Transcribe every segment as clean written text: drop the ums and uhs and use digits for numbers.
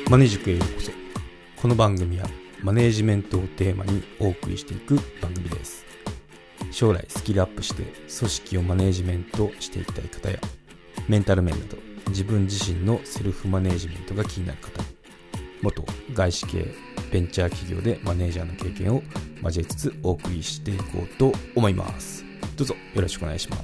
マネジクへようこそ。この番組はマネージメントをテーマにお送りしていく番組です。将来スキルアップして組織をマネージメントしていきたい方や、メンタル面など自分自身のセルフマネージメントが気になる方、元外資系ベンチャー企業でマネージャーの経験を交えつつお送りしていこうと思います。どうぞよろしくお願いします。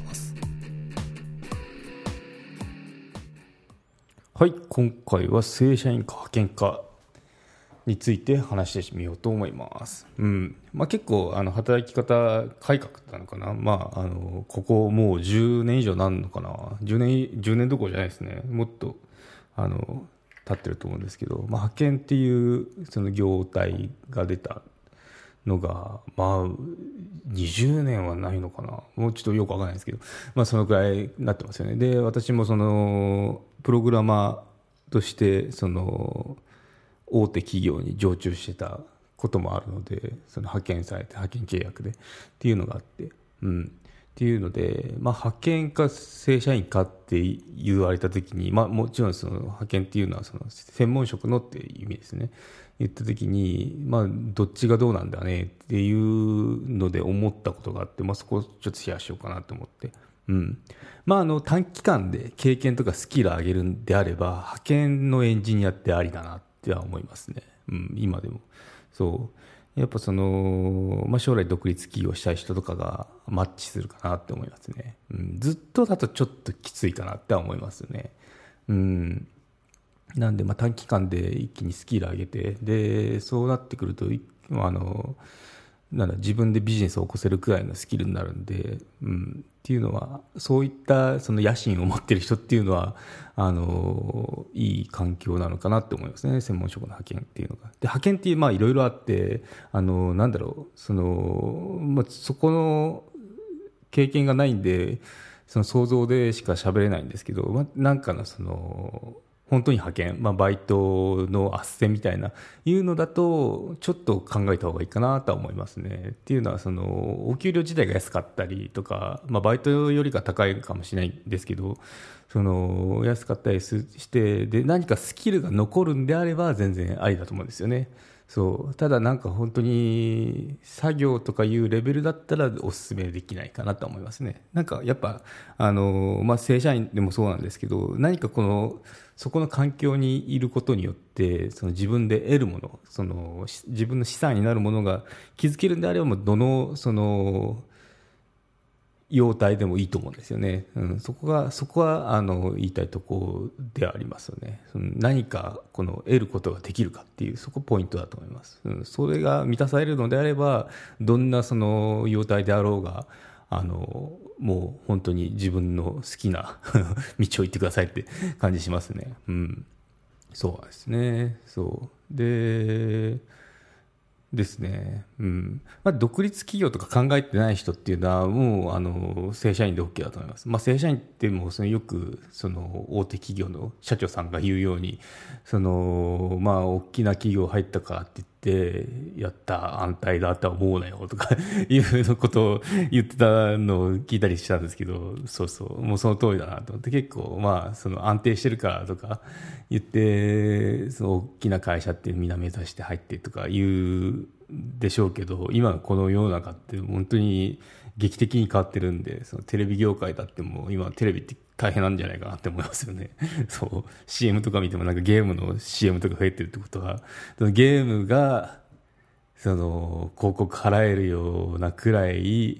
はい、今回は正社員か派遣かについて話してみようと思います。結構働き方改革なのかな。ここもう10年以上なんのかな。10年どころじゃないですね。もっと経ってると思うんですけど、派遣っていうその業態が出たのが20年はないのかな。もうちょっとよくわからないですけど、そのくらいになってますよね。で、私もそのプログラマーとしてその大手企業に常駐してたこともあるので、その派遣されて派遣契約でっていうのがあって、っていうので、派遣か正社員かって言われた時に、もちろんその派遣っていうのはその専門職のっていう意味ですね。言った時に、どっちがどうなんだねっていうので思ったことがあって、そこをちょっとシェアしようかなと思って。短期間で経験とかスキルを上げるんであれば、派遣のエンジニアってありだなっては思いますね。今でも。そう。やっぱその、将来独立起業したい人とかがマッチするかなって思いますね。ずっとだとちょっときついかなって思いますね。なんで短期間で一気にスキル上げて、でそうなってくると自分でビジネスを起こせるくらいのスキルになるんで、っていうのはそういったその野心を持ってる人っていうのはいい環境なのかなって思いますね。専門職の派遣っていうのが。で、派遣っていろいろあって、そこの経験がないんで、その想像でしか喋れないんですけど、その本当に派遣、バイトの斡旋みたいないうのだとちょっと考えた方がいいかなとは思いますね。っていうのはそのお給料自体が安かったりとか、バイトよりか高いかもしれないんですけど、その安かったりしてで何かスキルが残るんであれば全然ありだと思うんですよね。そうただ本当に作業とかいうレベルだったらお勧めできないかなと思いますね。やっぱ正社員でもそうなんですけど、何かそこの環境にいることによってその自分で得るもの、その自分の資産になるものが築けるんであれば、どのその様態でもいいと思うんですよね。そこは言いたいところでありますよね。何か得ることができるかっていう、そこポイントだと思います。それが満たされるのであれば、どんなその様態であろうがもう本当に自分の好きな道を行ってくださいって感じしますね。そうですね。そうですね。独立企業とか考えてない人っていうのはもう正社員で OK だと思います。正社員ってもうよくその大手企業の社長さんが言うように、大きな企業入ったからって言ってやった安泰だとは思うなよとかいうことを言ってたのを聞いたりしたんですけど、もうその通りだなと思って、結構その安定してるからとか言ってその大きな会社ってみんな目指して入ってとか言うでしょうけど、今のこの世の中って本当に劇的に変わってるんで、そのテレビ業界だってもう今テレビって大変なんじゃないかなって思いますよね。CM とか見てもゲームの CM とか増えてるってことは、そのゲームがその広告払えるようなくらい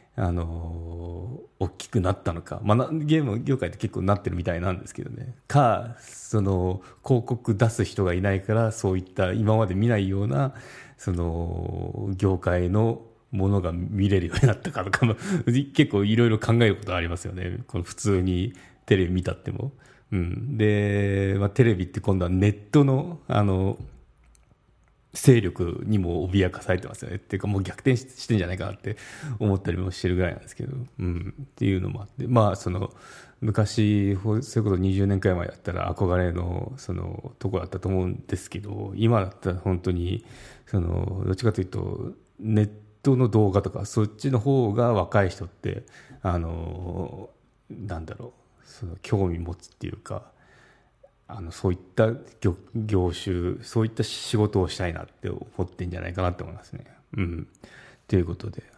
大きくなったのか、ゲーム業界って結構なってるみたいなんですけどね。その広告出す人がいないからそういった今まで見ないようなその業界のものが見れるようになったかとか結構いろいろ考えることはありますよね。普通にテレビ見たっても。で、テレビって今度はネットの勢力にも脅かされてますよね。っていうかもう逆転してんじゃないかなって思ったりもしてるぐらいなんですけど、っていうのもあって、その昔それこそ20年くらい前だったら憧れのそのところだったと思うんですけど、今だったら本当にそのどっちかというとネットの動画とかそっちの方が若い人ってその興味持つっていうかそういった業種、そういった仕事をしたいなって思ってんじゃないかなって思いますね。ということで、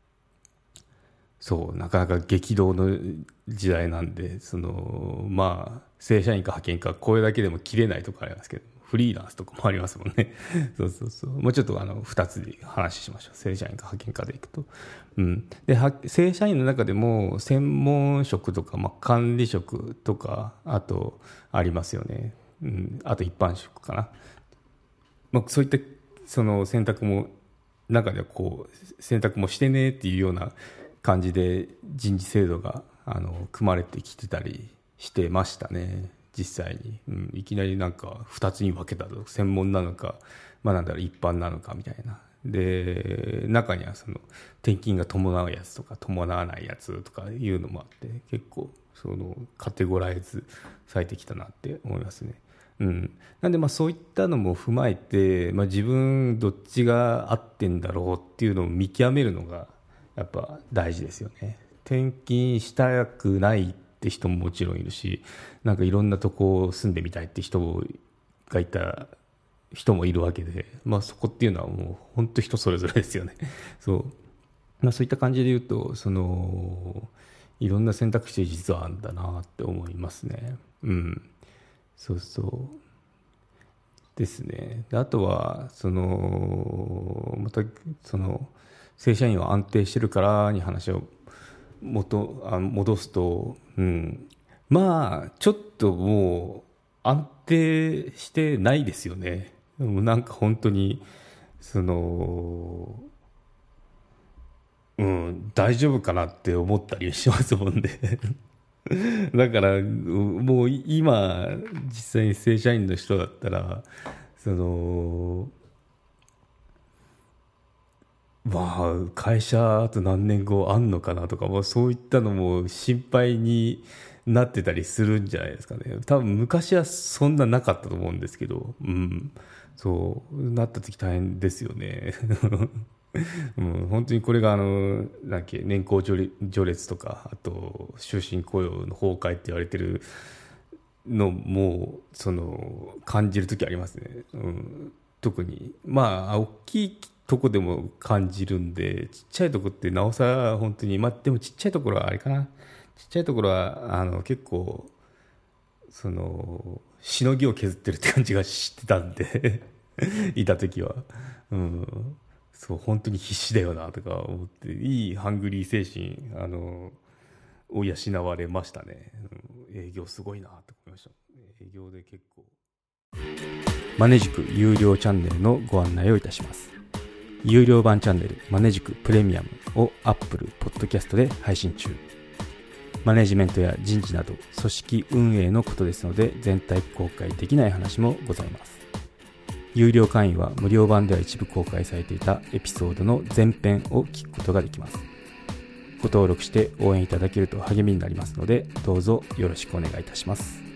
そうなかなか激動の時代なんで、まあ正社員か派遣かこれだけでも切れないとこありますけど、フリーランスとかもありますもんね。もうちょっと2つで話しましょう。正社員か派遣かでいくと、で正社員の中でも専門職とか、管理職とかあとありますよね。あと一般職かな。そういった選択も中では選択もしてねっていうような感じで人事制度が組まれてきてたりしてましたね、実際に。いきなりなんか2つに分けたと、専門なのか、一般なのかみたいな。で中には転勤が伴うやつとか伴わないやつとかいうのもあって、結構カテゴライズされてきたなって思いますね。なんでそういったのも踏まえて、自分どっちが合ってんだろうっていうのを見極めるのがやっぱ大事ですよね。転勤したくないって人ももちろんいるし、なんかいろんなとこ住んでみたいって人がいた人もいるわけで、そこっていうのはもう本当人それぞれですよね。そういった感じで言うといろんな選択肢実はあるんだなって思いますね。ですね。であとはまた正社員は安定してるからに話を戻すと、ちょっともう安定してないですよね。なんか本当に大丈夫かなって思ったりしますもんね。だからもう今実際に正社員の人だったら会社あと何年後あんのかなとか、そういったのも心配になってたりするんじゃないですかね。多分昔はそんななかったと思うんですけど、そうなった時大変ですよね。本当にこれが年功序列とか、あと終身雇用の崩壊って言われてるのも感じる時ありますね。特に大きいとこでも感じるんで、ちっちゃいとこってなおさら本当に、でもちっちゃいところはあれかな、ちっちゃいところは結構しのぎを削ってるって感じがしてたんでいた時は、本当に必死だよなとか思って、いいハングリー精神を養われましたね。営業すごいなと思いました。営業で結構マネジク有料チャンネルのご案内をいたします。有料版チャンネルマネジクプレミアムを Apple Podcast で配信中。マネジメントや人事など組織運営のことですので、全体公開できない話もございます。有料会員は無料版では一部公開されていたエピソードの前編を聞くことができます。ご登録して応援いただけると励みになりますので、どうぞよろしくお願いいたします。